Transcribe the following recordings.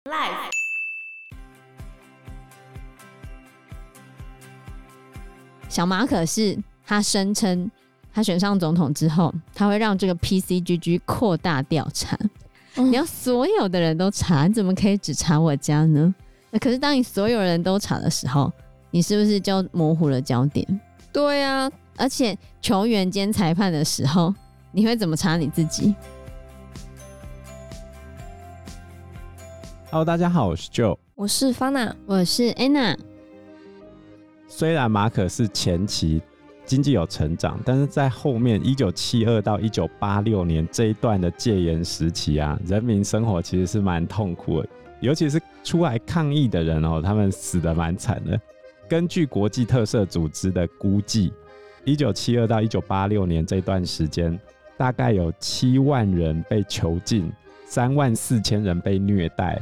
Life。 小马可是他声称，他选上总统之后，他会让这个 PCGG 扩大调查。你要所有的人都查，你怎么可以只查我家呢？可是当你所有人都查的时候，你是不是就模糊了焦点？ 对啊， 而且球员兼裁判的时候，你会怎么查你自己？ Hello， 大家好，我是 Joe， 我是 Fana， 我是 Anna。 虽然马可仕前期经济有成长，但是在后面1972到1986年这一段的戒严时期啊，人民生活其实是蛮痛苦的，尤其是出来抗议的人他们死得蛮惨的。根据国际特赦组织的估计，1972到1986年这段时间，大概有7万人被囚禁，34000人被虐待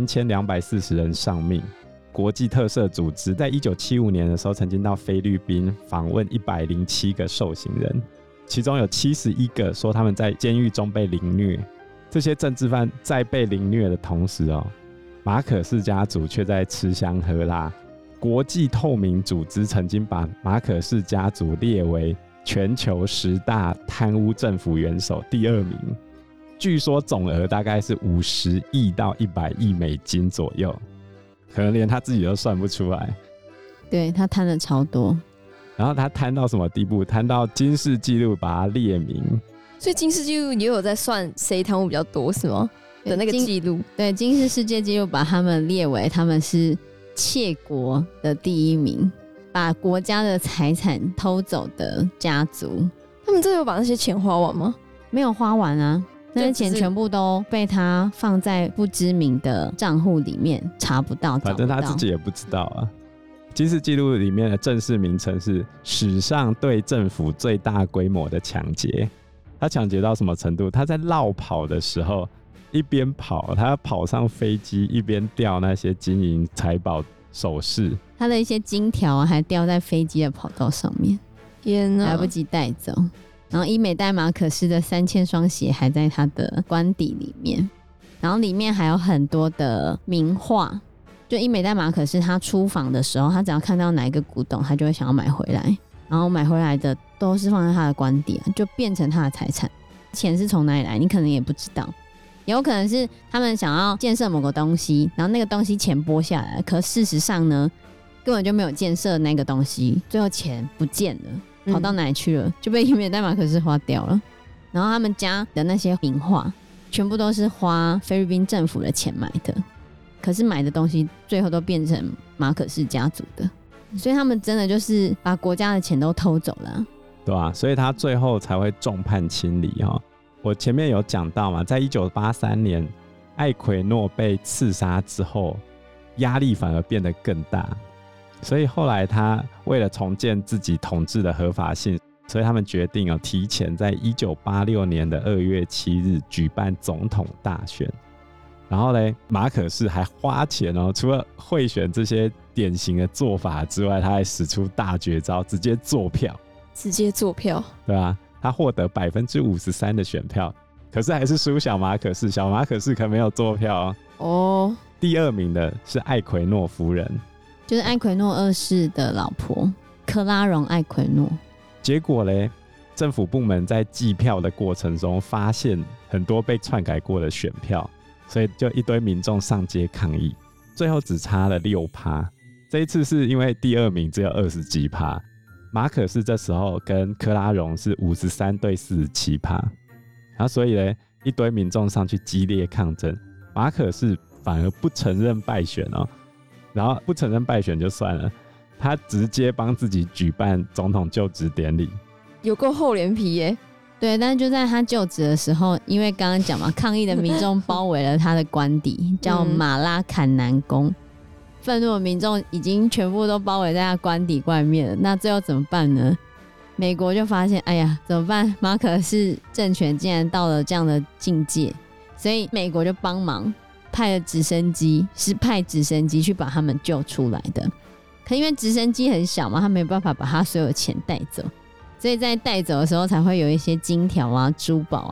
，3240人丧命。国际特赦组织在1975年的时候，曾经到菲律宾访问107个受刑人，其中有71个说他们在监狱中被凌虐。这些政治犯在被凌虐的同时马可仕家族却在吃香喝辣。国际透明组织曾经把马可仕家族列为全球10大贪污政府元首第2名，据说总额大概是50亿到100亿美金左右。可能连他自己都算不出来。 对，他贪了超多， 然后他贪到什么地步？贪到金氏纪录把他列名。 所以金氏纪录也有在算谁贪污比较多是吗？的那个纪录。 对，金氏世界纪录把他们列为他们是窃国的第1名，把国家的财产偷走的家族。 他们真的有把那些钱花完吗？ 没有花完啊，那些钱全部都被他放在不知名的账户里面，查不到， 反正他自己也不知道啊。金氏纪录里面的正式名称是史上对政府最大规模的抢劫。他抢劫到什么程度？他在绕跑的时候，一边跑，他要跑上飞机，一边掉那些金银财宝首饰。 他的一些金条还掉在飞机的跑道上面， 天哪， 来不及带走。然后伊美代马可仕的3000双鞋还在他的官邸里面，然后里面还有很多的名画。就伊美代马可仕他出访的时候，他只要看到哪一个古董，他就会想要买回来，然后买回来的都是放在他的官邸就变成他的财产。钱是从哪里来，你可能也不知道，也有可能是他们想要建设某个东西，然后那个东西钱拨下来，可事实上呢，根本就没有建设那个东西，最后钱不见了，跑到哪里去了，就被伊美代马可仕花掉了。然后他们家的那些名画全部都是花菲律宾政府的钱买的，可是买的东西最后都变成马可仕家族的，所以他们真的就是把国家的钱都偷走了， 对吧？所以他最后才会众叛亲离我前面有讲到嘛，在1983年艾奎诺被刺杀之后，压力反而变得更大，所以后来他为了重建自己统治的合法性，所以他们决定提前在1986年的2月7日举办总统大选。然后呢，马可仕还花钱除了贿选这些典型的做法之外，他还使出大绝招，直接做票，对吧？他获得53%的选票，可是还是输小马可仕。小马可仕可没有做票第2名的是艾奎诺夫人， 就是艾奎诺2世的老婆克拉荣艾奎诺。 结果呢，政府部门在计票的过程中发现很多被篡改过的选票，所以就一堆民众上街抗议，最后只差了6%。这一次是因为第2名只有20几%，马可仕这时候跟克拉荣是53对47%，然后所以呢，一堆民众上去激烈抗争，马可仕反而不承认败选然后不承认败选就算了，他直接帮自己举办总统就职典礼， 有够厚脸皮耶。 对，但是就在他就职的时候，因为刚刚讲嘛，抗议的民众包围了他的官邸，叫马拉坎南宫。愤怒的民众已经全部都包围在他官邸外面了，那最后怎么办呢？美国就发现，哎呀，怎么办？马可仕政权竟然到了这样的境界，所以美国就帮忙派了直升机，是派直升机去把他们救出来的。可因为直升机很小嘛，他没有办法把他所有钱带走，所以在带走的时候才会有一些金条啊、珠宝啊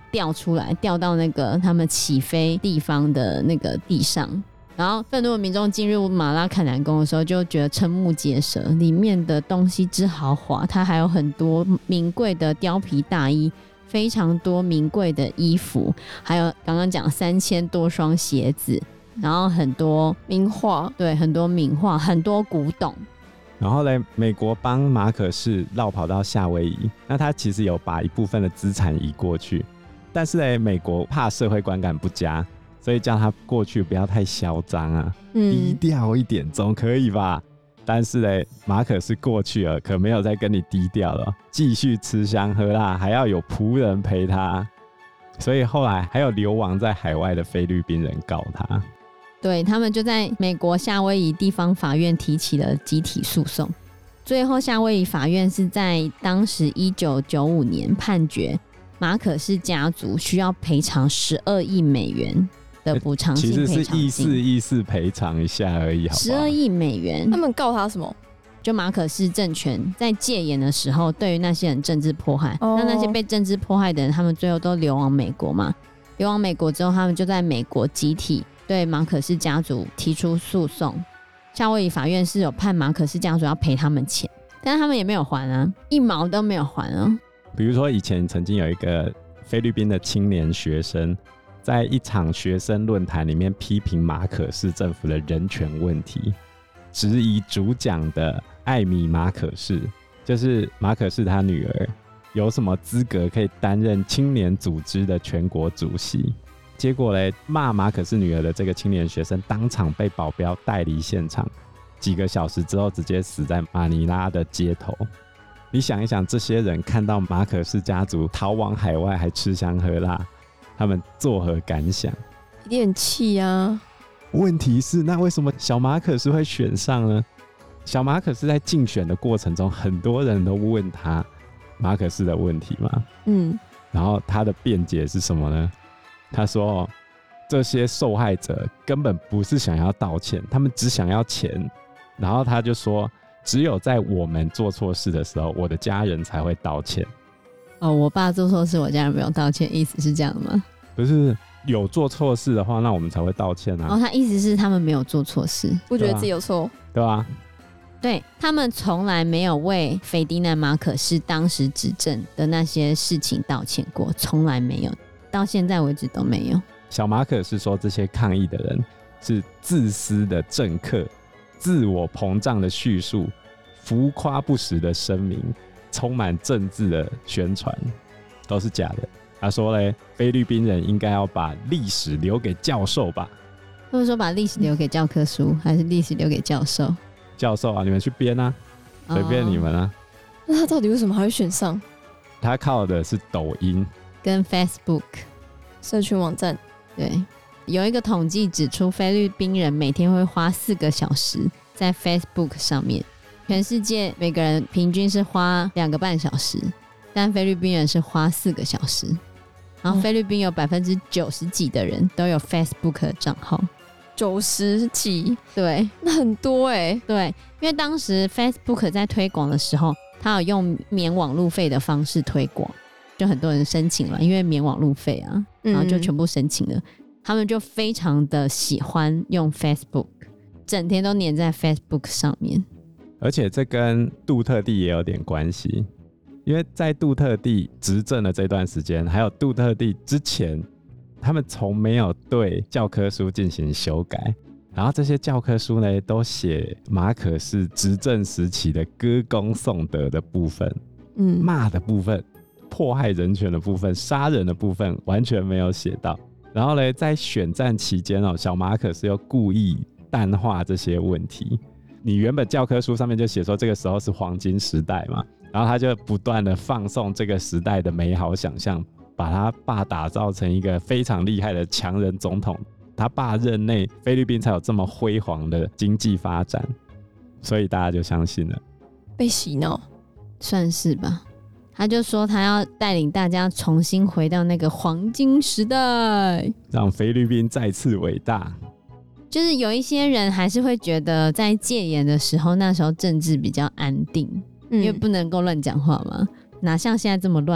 掉出来，掉到那个他们起飞地方的那个地上。然后愤怒的民众进入马拉坎南宫的时候，就觉得瞠目结舌，里面的东西之豪华，它还有很多名贵的貂皮大衣，非常多名贵的衣服，还有刚刚讲3000多双鞋子，然后很多名画， 对，很多名画，很多古董。 然后呢，美国帮马可仕绕跑到夏威夷，那他其实有把一部分的资产移过去，但是呢，美国怕社会观感不佳，所以叫他过去不要太嚣张啊，低调一点总可以吧？但是呢，马可仕过去了，可没有再跟你低调了，继续吃香喝辣，还要有仆人陪他，所以后来还有流亡在海外的菲律宾人告他。 对，他们就在美国夏威夷地方法院提起了集体诉讼，最后夏威夷法院是在当时1995年判决马可仕家族需要赔偿12亿美元的补偿性赔偿金， 其实是意思赔偿一下而已，好不好 ？12亿美元。 他们告他什么？ 就马可仕政权在戒严的时候，对于那些人政治迫害，那些被政治迫害的人，他们最后都流亡美国嘛。流亡美国之后，他们就在美国集体对马可仕家族提出诉讼。夏威夷法院是有判马可仕家族要赔他们钱，但是他们也没有还啊，1毛都没有还啊。 比如说以前曾经有一个菲律宾的青年学生，在一场学生论坛里面批评马可仕政府的人权问题，质疑主讲的艾米马可仕，就是马可仕他女儿，有什么资格可以担任青年组织的全国主席。结果嘞，骂马可仕女儿的这个青年学生当场被保镖带离现场，几个小时之后直接死在马尼拉的街头。你想一想，这些人看到马可仕家族逃往海外还吃香喝辣，他们作何感想？ 一定很气啊！ 问题是，那为什么小马可仕会选上呢？小马可仕在竞选的过程中，很多人都问他马可仕的问题嘛，然后他的辩解是什么呢？他说，这些受害者根本不是想要道歉，他们只想要钱。然后他就说，只有在我们做错事的时候，我的家人才会道歉。 哦，我爸做错事，我家人没有道歉，意思是这样的吗？ 不是，有做错事的话，那我们才会道歉啊。 哦，他意思是他们没有做错事， 不觉得自己有错， 对吧？ 对，他们从来没有为斐迪南马可仕当时执政的那些事情道歉过，从来没有，到现在为止都没有。 小马可是说，这些抗议的人是自私的政客，自我膨胀的叙述，浮夸不实的声明，充满政治的宣传，都是假的。他说嘞，菲律宾人应该要把历史留给教授吧。 或者说把历史留给教科书，还是历史留给教授？ 教授啊，你们去编啊，随便你们啊。 那他到底为什么还会选上？ 他靠的是抖音跟 Facebook 社群网站。 对，有一个统计指出，菲律宾人每天会花4个小时在 Facebook 上面，全世界每个人平均是花2个半小时，但菲律宾人是花4个小时。然后菲律宾有90%几的人都有 Facebook 的账号 ，90几， 对， 那很多欸。 对，因为当时 Facebook 在推广的时候，他有用免网路费的方式推广，就很多人申请了，因为免网路费啊，然后就全部申请了。他们就非常的喜欢用 Facebook， 整天都黏在 Facebook 上面。 而且这跟杜特地也有点关系，因为在杜特地执政的这段时间，还有杜特地之前，他们从没有对教科书进行修改，然后这些教科书呢，都写马可仕执政时期的歌功颂德的部分，骂的部分，迫害人权的部分，杀人的部分完全没有写到。然后呢，在选战期间哦，小马可仕又故意淡化这些问题。你原本教科书上面就写说这个时候是黄金时代嘛，然后他就不断的放送这个时代的美好想象，把他爸打造成一个非常厉害的强人总统。他爸任内，菲律宾才有这么辉煌的经济发展，所以大家就相信了。 被洗脑， 算是吧。他就说他要带领大家重新回到那个黄金时代， 让菲律宾再次伟大。 就是有一些人还是会觉得在戒严的时候，那时候政治比较安定，因为不能够乱讲话嘛，哪像现在这么乱。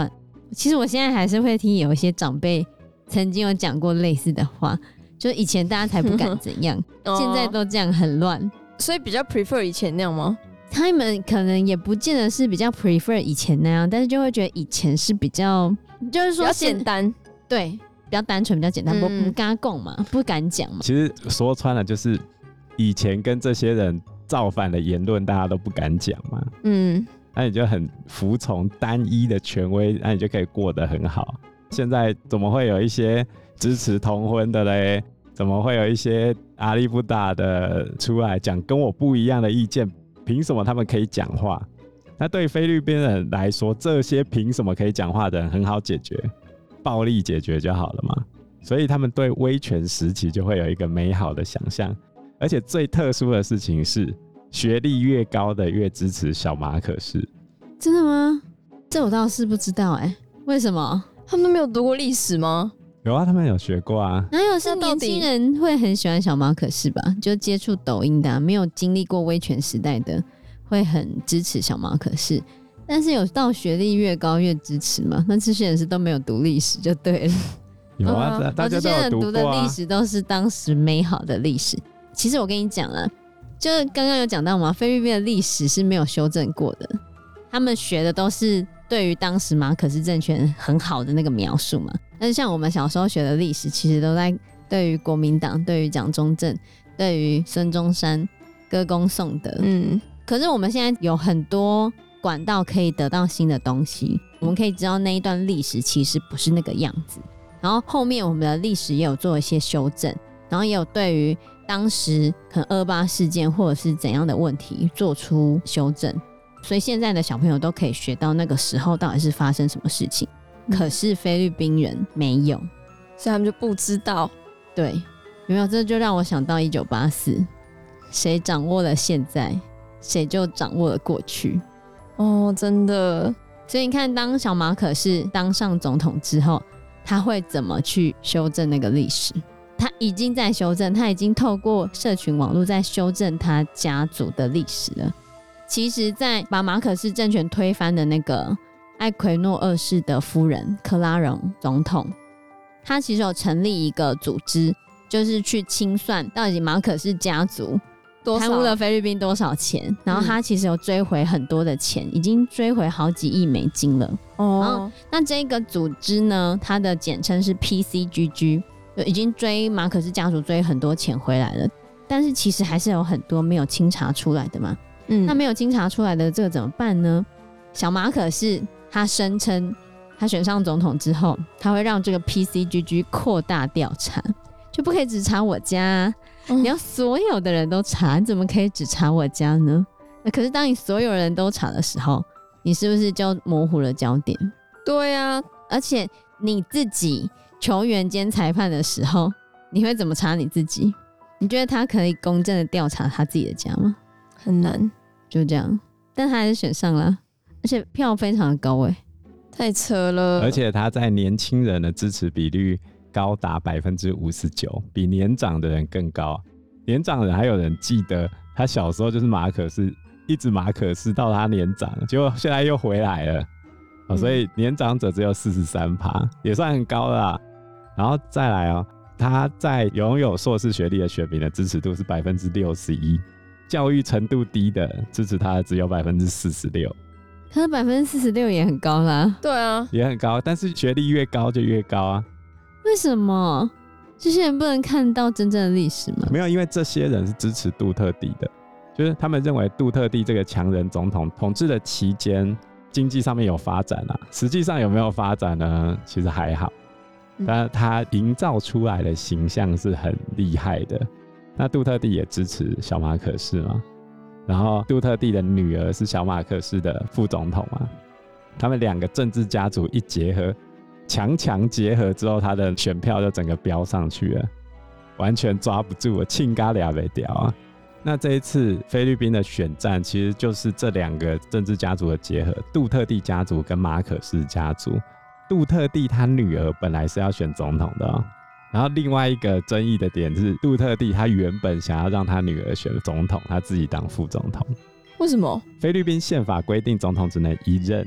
其实我现在还是会听有一些长辈曾经有讲过类似的话，就以前大家才不敢怎样，现在都这样很乱， 所以比较 prefer 以前那样吗？ 他们可能也不见得是比较 prefer 以前那样，但是就会觉得以前是比较，就是说比较简单， 对，比较单纯，比较简单，不敢讲嘛，不敢讲嘛。 其实说穿了，就是以前跟这些人造反的言论，大家都不敢讲嘛。那你就很服从单一的权威，那你就可以过得很好。现在怎么会有一些支持同婚的嘞？怎么会有一些阿里不达的出来讲跟我不一样的意见？凭什么他们可以讲话？那对菲律宾人来说，这些凭什么可以讲话的人很好解决，暴力解决就好了嘛。所以他们对威权时期就会有一个美好的想象。而且最特殊的事情是，学历越高的越支持小马可仕。 真的吗？这我倒是不知道为什么？ 他们都没有读过历史吗？ 有啊，他们有学过啊。 哪有是年轻人会很喜欢小马可仕吧？就接触抖音的没有经历过威权时代的，会很支持小马可仕。但是有到学历越高越支持吗？那这些人是都没有读历史就对了。 有啊，大家都有读过啊。 这些人读的历史都是当时美好的历史。其实我跟你讲啊，就是刚刚有讲到嘛，菲律宾的历史是没有修正过的，他们学的都是对于当时马可仕政权很好的那个描述嘛。但是像我们小时候学的历史，其实都在对于国民党、对于蒋中正、对于孙中山歌功颂德。可是我们现在有很多管道可以得到新的东西，我们可以知道那一段历史其实不是那个样子。然后后面我们的历史也有做一些修正，然后也有对于当时可能28事件或者是怎样的问题做出修正，所以现在的小朋友都可以学到那个时候到底是发生什么事情。可是菲律宾人没有， 所以他们就不知道。 对，有没有？这就让我想到1984，谁掌握了现在，谁就掌握了过去。 真的。 所以你看，当小马可仕当上总统之后，他会怎么去修正那个历史？他已经在修正，他已经透过社群网络在修正他家族的历史了。其实在把马可仕政权推翻的那个艾奎诺二世的夫人克拉荣总统，他其实有成立一个组织，就是去清算到底马可仕家族贪污了菲律宾多少钱，然后他其实有追回很多的钱，已经追回好几亿美金了。那这个组织呢，它的简称是 PCGG， 就已经追马可仕家族追很多钱回来了，但是其实还是有很多没有清查出来的嘛。那没有清查出来的这个怎么办呢？小马可仕他声称，他选上总统之后，他会让这个 PCGG 扩大调查，就不可以只查我家你要所有的人都查，你怎么可以只查我家呢？那可是当你所有人都查的时候，你是不是就模糊了焦点？ 对啊， 而且你自己球员兼裁判的时候，你会怎么查你自己？你觉得他可以公正的调查他自己的家吗？ 很难， 就这样。但他还是选上了，而且票非常的高太扯了。 而且他在年轻人的支持比率高达59%，比年长的人更高。年长人还有人记得他小时候就是马可仕，一直马可仕到他年长，结果现在又回来了。所以年长者只有43%，也算很高啦。然后再来他在拥有硕士学历的选民的支持度是61%，教育程度低的支持他的只有46%。 可是46%也很高啦。 对啊， 也很高，但是学历越高就越高啊。 为什么？这些人不能看到真正的历史吗？ 没有，因为这些人是支持杜特地的，就是他们认为杜特地这个强人总统统治的期间，经济上面有发展啊，实际上有没有发展呢？其实还好，但他营造出来的形象是很厉害的。那杜特地也支持小马可仕嘛，然后杜特地的女儿是小马可仕的副总统嘛，他们两个政治家族一结合，强结合之后，他的选票就整个飙上去了，完全抓不住了，庆咖俩没掉啊。那这一次菲律宾的选战其实就是这两个政治家族的结合，杜特地家族跟马可仕家族。杜特地他女儿本来是要选总统的然后另外一个争议的点是，杜特地他原本想要让他女儿选总统，他自己当副总统。 为什么？ 菲律宾宪法规定总统只能一任，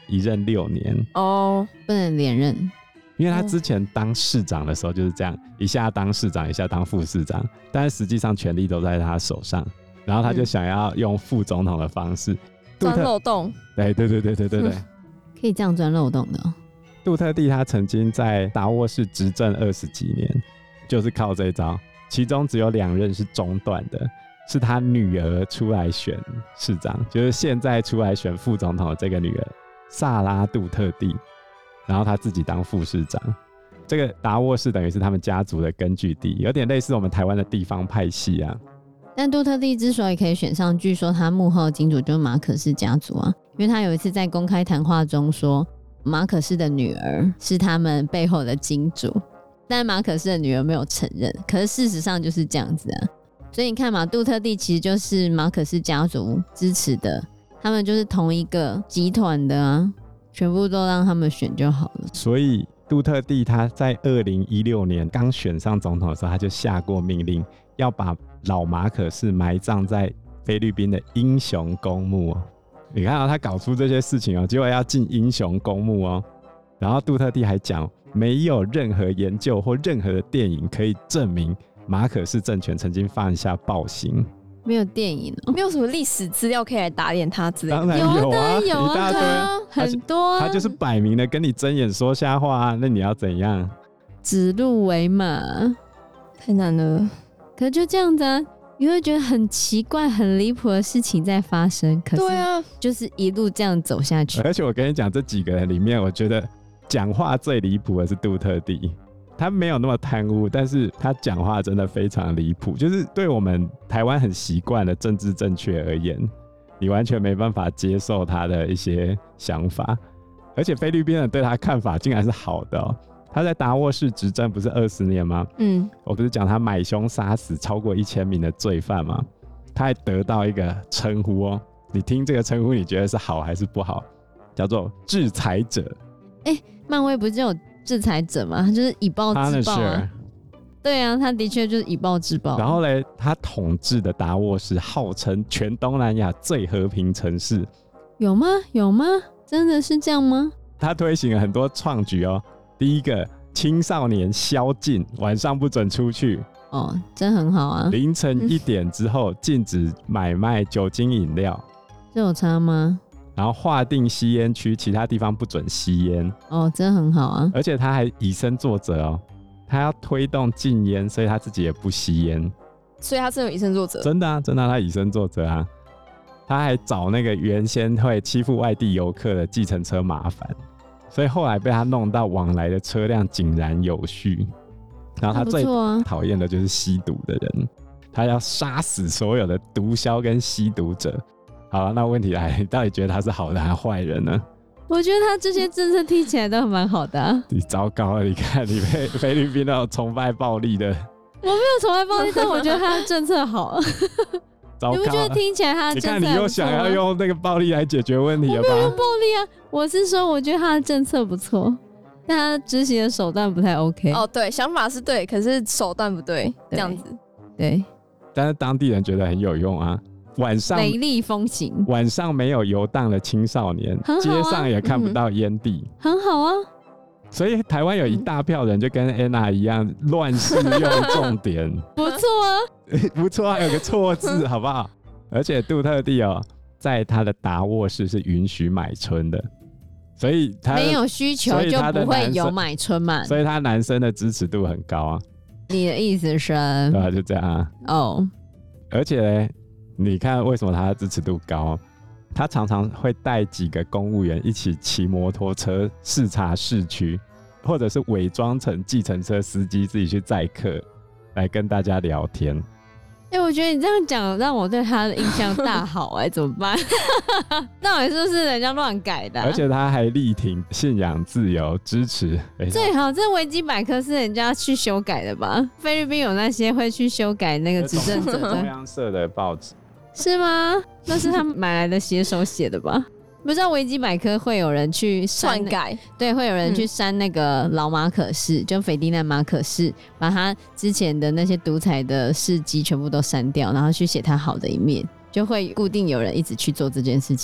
一任6年哦， 不能连任。 因为他之前当市长的时候就是这样，一下当市长，一下当副市长，但是实际上权力都在他手上，然后他就想要用副总统的方式钻漏洞。 对， 可以这样钻漏洞的哦。 杜特地他曾经在达沃市执政20几年，就是靠这一招，其中只有2任是中断的，是他女儿出来选市长，就是现在出来选副总统的这个女儿萨拉杜特地，然后他自己当副市长。这个达沃市等于是他们家族的根据地，有点类似我们台湾的地方派系啊。 但杜特地之所以可以选上，据说他幕后金主就是马可仕家族啊，因为他有一次在公开谈话中说，马可仕的女儿是他们背后的金主，但马可仕的女儿没有承认，可是事实上就是这样子啊。所以你看嘛，杜特地其实就是马可仕家族支持的，他们就是同一个集团的啊，全部都让他们选就好了。 所以杜特地他在2016年刚选上总统的时候，他就下过命令，要把老马可仕埋葬在菲律宾的英雄公墓哦。你看到他搞出这些事情哦，结果要进英雄公墓哦。然后杜特地还讲，没有任何研究或任何的电影可以证明马可仕政权曾经犯下暴行。 没有电影哦， 没有什么历史资料可以来打脸他之类的。 当然有啊， 有啊， 一大堆很多啊。 他就是摆明了跟你睁眼说瞎话啊，那你要怎样？ 指鹿为马， 太难了。 可是就这样子啊，你会觉得很奇怪、很离谱的事情在发生。可是对啊， 就是一路这样走下去。 而且我跟你讲，这几个人里面，我觉得讲话最离谱的是杜特地。他没有那么贪污，但是他讲话真的非常离谱，就是对我们台湾很习惯的政治正确而言，你完全没办法接受他的一些想法。而且菲律宾人对他看法竟然是好的哦。他在达沃市执政不是20年吗？我不是讲他买凶杀死超过1000名的罪犯吗？他还得到一个称呼哦，你听这个称呼，你觉得是好还是不好？叫做制裁者。 漫威不是有制裁者吗？他就是以暴制暴啊。对啊，他的确就是以暴制暴。 然后嘞，他统治的达沃市号称全东南亚最和平城市。 有吗？有吗？真的是这样吗？ 他推行了很多创举哦。第一个，青少年宵禁，晚上不准出去。 哦，真很好啊。 凌晨1点之后禁止买卖酒精饮料。 这有差吗？ 然后划定吸烟区，其他地方不准吸烟。 哦，真很好啊。 而且他还以身作则哦，他要推动禁烟，所以他自己也不吸烟。 所以他真的有以身作则。 真的啊，真的啊，他以身作则啊。他还找那个原先会欺负外地游客的计程车麻烦，所以后来被他弄到往来的车辆井然有序。然后他最讨厌的就是吸毒的人，他要杀死所有的毒枭跟吸毒者。好了，那问题来，你到底觉得他是好人还是坏人呢？ 我觉得他这些政策听起来都蛮好的啊。 你糟糕了，你看你被菲律宾那种崇拜暴力的。 我没有崇拜暴力，但我觉得他的政策好。 糟糕了， 你不觉得听起来他的政策你看你又想要用那个暴力来解决问题了吧？ 我没有用暴力啊，我是说我觉得他的政策不错，但他执行的手段不太 OK。 哦，对，想法是对，可是手段不对，这样子。 对。 但是当地人觉得很有用啊。晚上雷厉风行， 晚上没有游荡的青少年，街上也看不到烟蒂， 很好啊。 所以台湾有一大票人就跟 Anna 一样乱试用重点， 不错啊， 不错啊，有个错字，好不好？而且杜特地哦，在他的达沃市是允许买春的，所以他没有需求就不会有买春嘛， 所以他男生的支持度很高啊。 你的意思是？ 对啊，就这样啊。 哦， 而且呢，你看为什么他的支持度高？他常常会带几个公务员一起骑摩托车视察市区，或者是伪装成计程车司机自己去载客来跟大家聊天。 我觉得你这样讲让我对他的印象大好怎么办？到底是不是人家乱改的而且他还力挺信仰自由，支持最好。这维基百科是人家去修改的吧？菲律宾有那些会去修改那个执政者的中央社的报纸是吗？那是他们买来的写手写的吧？不知道维基百科会有人去篡改， 对，会有人去删那个老马可仕，就斐迪南马可仕，把他之前的那些独裁的事迹全部都删掉，然后去写他好的一面，就会固定有人一直去做这件事情。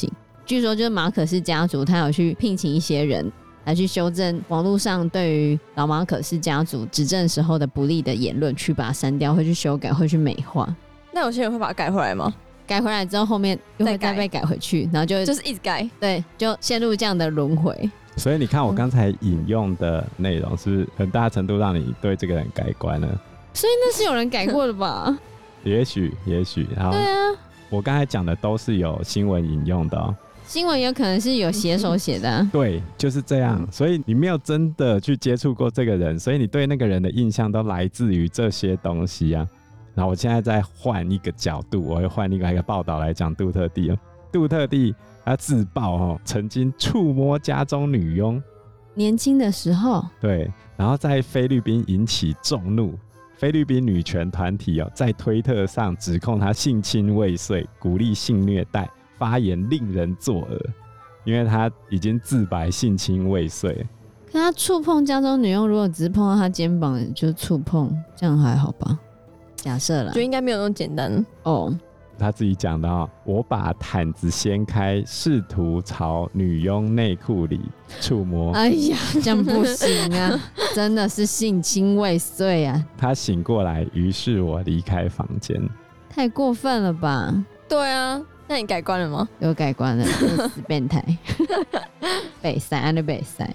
据说就是马可仕家族，他有去聘请一些人来去修正网络上对于老马可仕家族执政时候的不利的言论，去把它删掉，会去修改，会去美化。 那有些人会把它改回来吗？ 改回来之后，后面又会再被改回去，然后就是一直改， 对，就陷入这样的轮回。 所以你看我刚才引用的内容，是不是很大程度让你对这个人改观了？ 所以那是有人改过的吧？ 也许，然后对啊， 我刚才讲的都是有新闻引用的哦。 新闻有可能是有写手写的、啊， 对，就是这样。所以你没有真的去接触过这个人，所以你对那个人的印象都来自于这些东西啊。然后我现在再换一个角度，我会换另外一个报道来讲杜特地哦。杜特地他自曝曾经触摸家中女佣， 年轻的时候， 对，然后在菲律宾引起众怒。菲律宾女权团体在推特上指控他性侵未遂，鼓励性虐待，发言令人作呕，因为他已经自白性侵未遂。 可他触碰家中女佣，如果只是碰到他肩膀就触碰，这样还好吧？假设啦， 就应该没有那么简单哦。 他自己讲的我把毯子掀开，试图朝女佣内裤里触摸。 哎呀，这样不行啊！真的是性侵未遂啊！ 他醒过来，于是我离开房间。 太过分了吧？ 对啊，那你改观了吗？ 有改观了，死变态，北塞，安的北塞。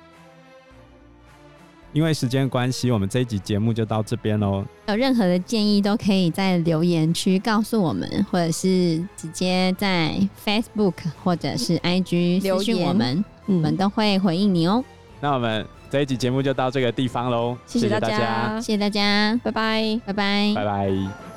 因为时间关系，我们这一集节目就到这边咯。 有任何的建议都可以在留言区告诉我们，或者是直接在 Facebook 或者是 IG 私讯我们，我们都会回应你哦。 那我们这一集节目就到这个地方咯， 谢谢大家， 谢谢大家， 拜拜， 拜拜， 拜拜。